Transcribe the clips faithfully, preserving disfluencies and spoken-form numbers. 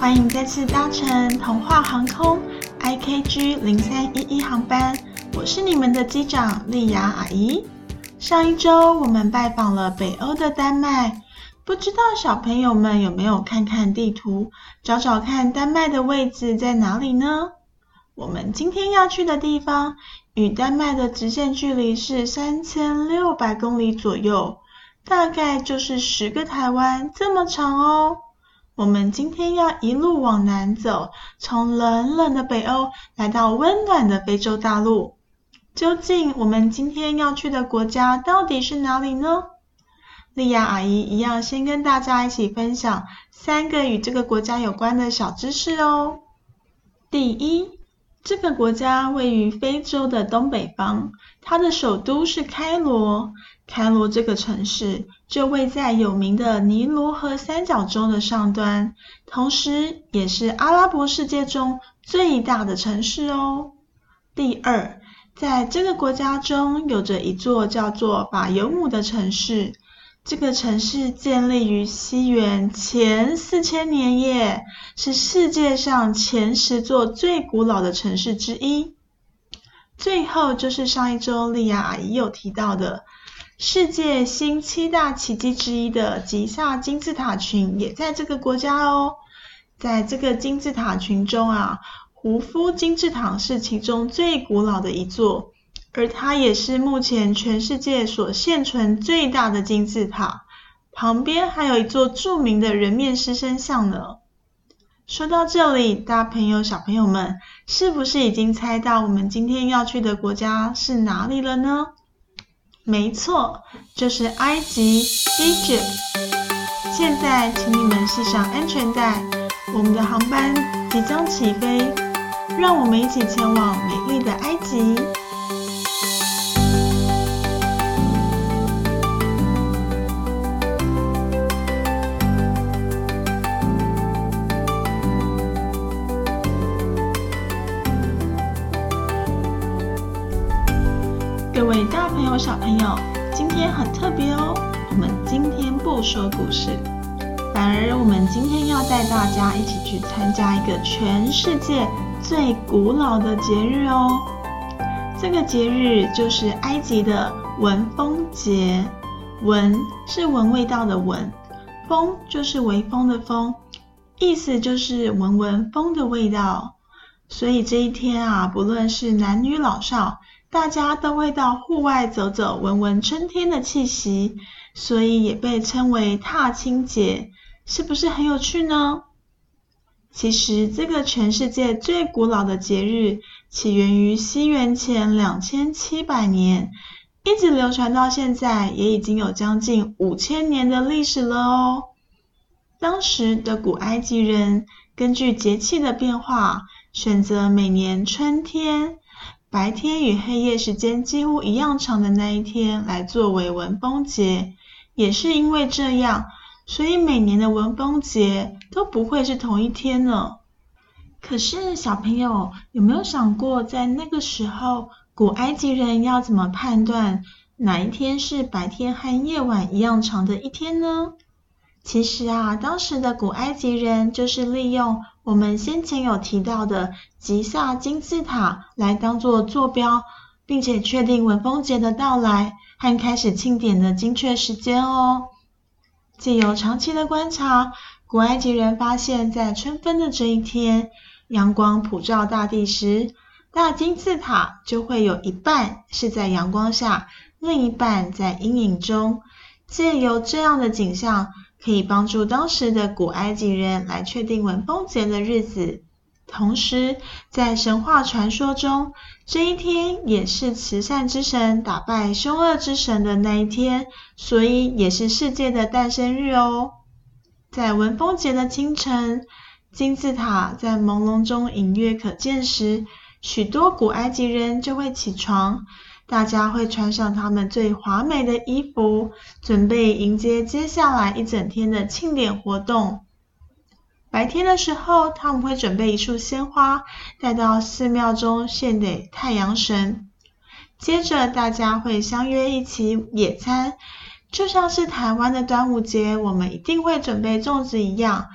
欢迎再次搭乘童话航空 I K G 零三一一航班，我是你们的机长丽雅阿姨。上一周我们拜访了北欧的丹麦，不知道小朋友们有没有看看地图，找找看丹麦的位置在哪里呢？我们今天要去的地方与丹麦的直线距离是三千六百公里左右，大概就是十个台湾这么长哦。我们今天要一路往南走，从冷冷的北欧来到温暖的非洲大陆。究竟我们今天要去的国家到底是哪里呢？丽雅阿姨一样先跟大家一起分享三个与这个国家有关的小知识哦。第一，这个国家位于非洲的东北方，它的首都是开罗。开罗这个城市就位在有名的尼罗河三角洲的上端，同时也是阿拉伯世界中最大的城市哦。第二，在这个国家中有着一座叫做法尤姆的城市，这个城市建立于西元前四千年耶，是世界上前十座最古老的城市之一。最后就是上一周丽雅阿姨有提到的世界新七大奇迹之一的吉萨金字塔群也在这个国家哦。在这个金字塔群中啊，胡夫金字塔是其中最古老的一座，而它也是目前全世界所现存最大的金字塔，旁边还有一座著名的人面狮身像呢。说到这里，大朋友小朋友们是不是已经猜到我们今天要去的国家是哪里了呢？没错，就是埃及 Egypt。 现在请你们系上安全带，我们的航班即将起飞，让我们一起前往美丽的埃及。各位大朋友小朋友，今天很特别哦，我们今天不说故事，反而我们今天要带大家一起去参加一个全世界最古老的节日哦。这个节日就是埃及的闻风节，闻是闻味道的闻，风就是微风的风，意思就是闻闻风的味道。所以这一天啊，不论是男女老少，大家都会到户外走走，闻闻春天的气息，所以也被称为踏青节，是不是很有趣呢？其实这个全世界最古老的节日起源于西元前两千七百年，一直流传到现在，也已经有将近五千年的历史了哦。当时的古埃及人根据节气的变化，选择每年春天白天与黑夜时间几乎一样长的那一天来作为闻风节，也是因为这样，所以每年的闻风节都不会是同一天呢。可是小朋友有没有想过，在那个时候古埃及人要怎么判断哪一天是白天和夜晚一样长的一天呢？其实啊，当时的古埃及人就是利用我们先前有提到的吉萨金字塔来当作坐标，并且确定闻风节的到来和开始庆典的精确时间哦。藉由长期的观察，古埃及人发现在春分的这一天，阳光普照大地时，大金字塔就会有一半是在阳光下，另一半在阴影中。藉由这样的景象，可以帮助当时的古埃及人来确定闻风节的日子。同时在神话传说中，这一天也是慈善之神打败凶恶之神的那一天，所以也是世界的诞生日哦。在闻风节的清晨，金字塔在朦胧中隐约可见时，许多古埃及人就会起床，大家会穿上他们最华美的衣服，准备迎接接下来一整天的庆典活动。白天的时候，他们会准备一束鲜花，带到寺庙中献给太阳神。接着大家会相约一起野餐，就像是台湾的端午节，我们一定会准备粽子一样，古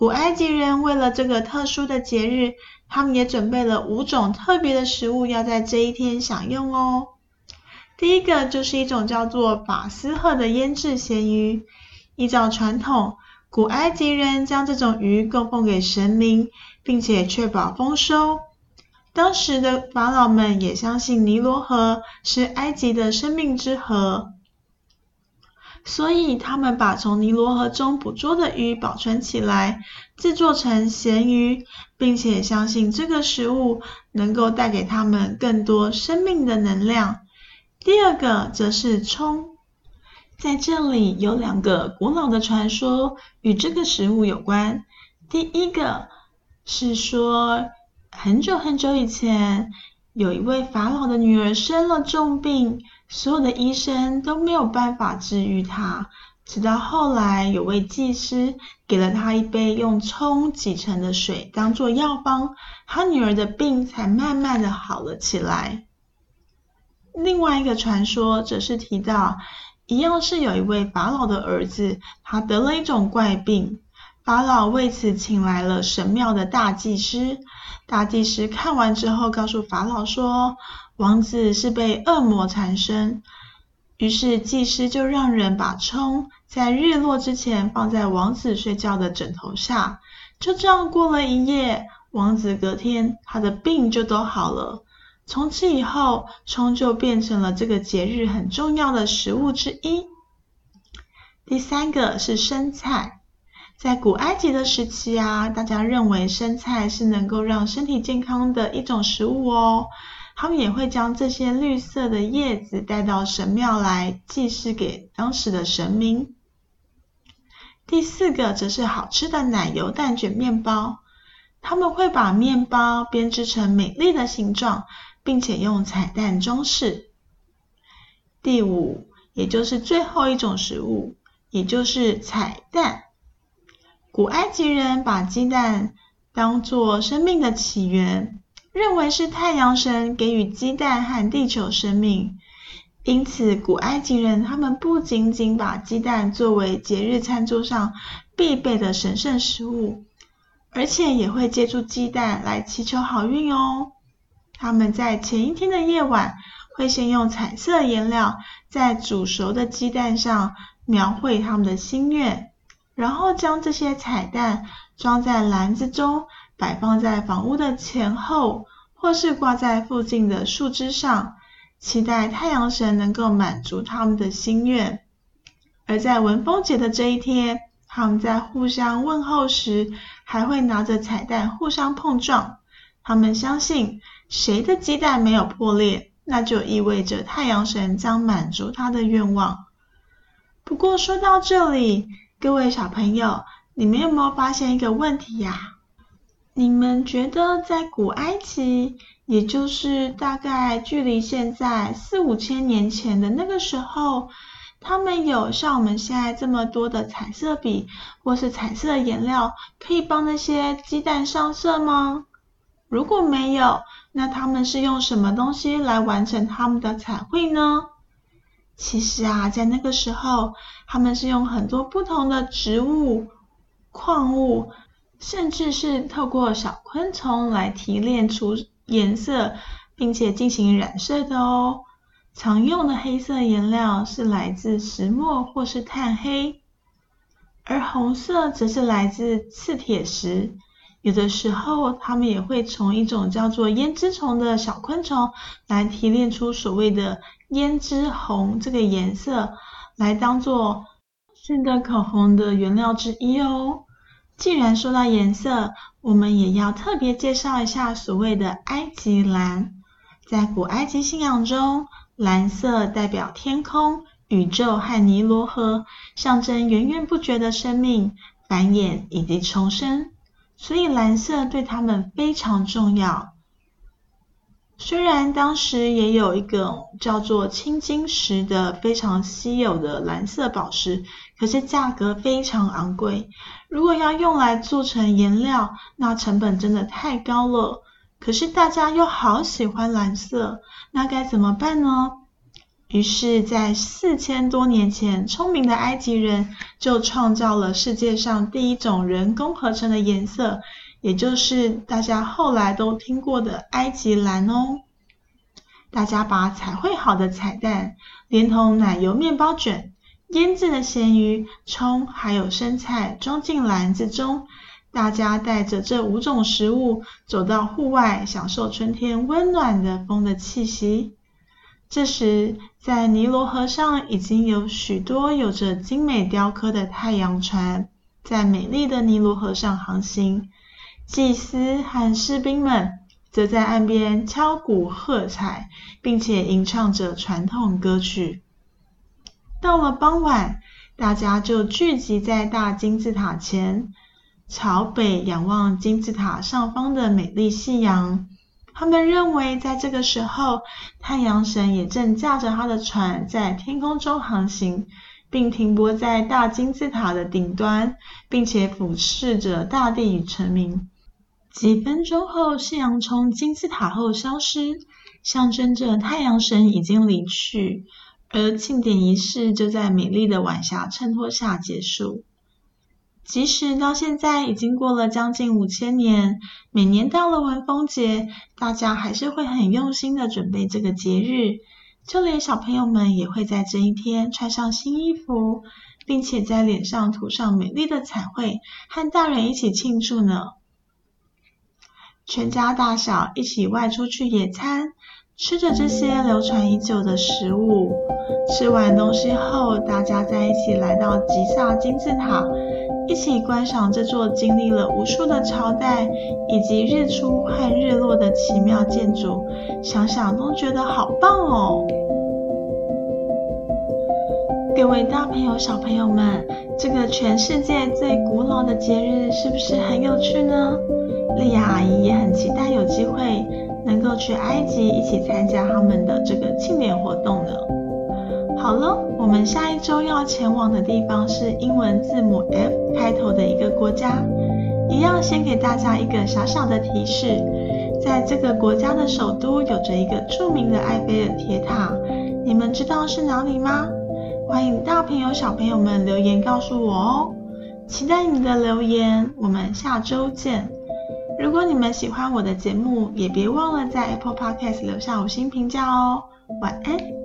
古埃及人为了这个特殊的节日，他们也准备了五种特别的食物要在这一天享用哦。第一个就是一种叫做法斯赫的腌制咸鱼。依照传统，古埃及人将这种鱼供奉给神明，并且确保丰收。当时的法老们也相信尼罗河是埃及的生命之河，所以他们把从尼罗河中捕捉的鱼保存起来，制作成咸鱼，并且相信这个食物能够带给他们更多生命的能量。第二个则是葱。在这里有两个古老的传说与这个食物有关。第一个是说，很久很久以前，有一位法老的女儿生了重病，所有的医生都没有办法治愈她，直到后来有位祭司给了她一杯用葱挤成的水当作药方，她女儿的病才慢慢的好了起来。另外一个传说则是提到，一样是有一位法老的儿子，他得了一种怪病，法老为此请来了神庙的大祭司。大祭司看完之后告诉法老说，王子是被恶魔缠身。于是祭司就让人把葱在日落之前放在王子睡觉的枕头下。就这样过了一夜，王子隔天他的病就都好了。从此以后，葱就变成了这个节日很重要的食物之一。第三个是生菜。在古埃及的时期啊，大家认为生菜是能够让身体健康的一种食物哦。他们也会将这些绿色的叶子带到神庙来祭祀给当时的神明。第四个则是好吃的奶油蛋卷面包。他们会把面包编织成美丽的形状，并且用彩蛋装饰。第五，也就是最后一种食物，也就是彩蛋。古埃及人把鸡蛋当作生命的起源，认为是太阳神给予鸡蛋和地球生命。因此，古埃及人他们不仅仅把鸡蛋作为节日餐桌上必备的神圣食物，而且也会借助鸡蛋来祈求好运哦。他们在前一天的夜晚，会先用彩色颜料在煮熟的鸡蛋上描绘他们的心愿，然后将这些彩蛋装在篮子中，摆放在房屋的前后，或是挂在附近的树枝上，期待太阳神能够满足他们的心愿。而在文风节的这一天，他们在互相问候时，还会拿着彩蛋互相碰撞。他们相信，谁的鸡蛋没有破裂，那就意味着太阳神将满足他的愿望。不过说到这里，各位小朋友，你们有没有发现一个问题呀？你们觉得在古埃及，也就是大概距离现在四五千年前的那个时候，他们有像我们现在这么多的彩色笔或是彩色颜料，可以帮那些鸡蛋上色吗？如果没有，那他们是用什么东西来完成他们的彩绘呢？其实啊，在那个时候，他们是用很多不同的植物、矿物，甚至是透过小昆虫来提炼出颜色，并且进行染色的哦。常用的黑色颜料是来自石墨或是炭黑，而红色则是来自刺铁石。有的时候，他们也会从一种叫做胭脂虫的小昆虫来提炼出所谓的胭脂红这个颜色，来当做是的口红的原料之一哦。既然说到颜色，我们也要特别介绍一下所谓的埃及蓝。在古埃及信仰中，蓝色代表天空、宇宙和尼罗河，象征源源不绝的生命、繁衍以及重生。所以蓝色对他们非常重要。虽然当时也有一个叫做青金石的非常稀有的蓝色宝石，可是价格非常昂贵。如果要用来做成颜料，那成本真的太高了。可是大家又好喜欢蓝色，那该怎么办呢？ 于是在四千多年前，聪明的埃及人就创造了世界上第一种人工合成的颜色，也就是大家后来都听过的埃及蓝哦。大家把彩绘好的彩蛋，连同奶油面包卷、腌制的咸鱼、葱还有生菜装进篮子中，大家带着这五种食物走到户外，享受春天温暖的风的气息。这时，在尼罗河上已经有许多有着精美雕刻的太阳船，在美丽的尼罗河上航行。祭司和士兵们则在岸边敲鼓喝彩，并且吟唱着传统歌曲。到了傍晚，大家就聚集在大金字塔前，朝北仰望金字塔上方的美丽夕阳。他们认为在这个时候，太阳神也正驾着他的船在天空中航行，并停泊在大金字塔的顶端，并且俯视着大地与臣民。几分钟后，夕阳从金字塔后消失，象征着太阳神已经离去，而庆典仪式就在美丽的晚霞衬托下结束。即使到现在已经过了将近五千年，每年到了文风节，大家还是会很用心的准备这个节日，就连小朋友们也会在这一天穿上新衣服，并且在脸上涂上美丽的彩绘，和大人一起庆祝呢。全家大小一起外出去野餐，吃着这些流传已久的食物。吃完东西后，大家再一起来到吉萨金字塔，一起观赏这座经历了无数的朝代以及日出和日落的奇妙建筑，想想都觉得好棒哦。各位大朋友小朋友们，这个全世界最古老的节日是不是很有趣呢？莉亚阿姨也很期待有机会能够去埃及一起参加他们的这个庆典活动呢。好了，我们下一周要前往的地方是英文字母 F 开头的一个国家。一样先给大家一个小小的提示，在这个国家的首都有着一个著名的埃菲尔铁塔，你们知道是哪里吗？欢迎大朋友小朋友们留言告诉我哦，期待你的留言，我们下周见。如果你们喜欢我的节目，也别忘了在 Apple Podcast 留下五星评价哦。晚安。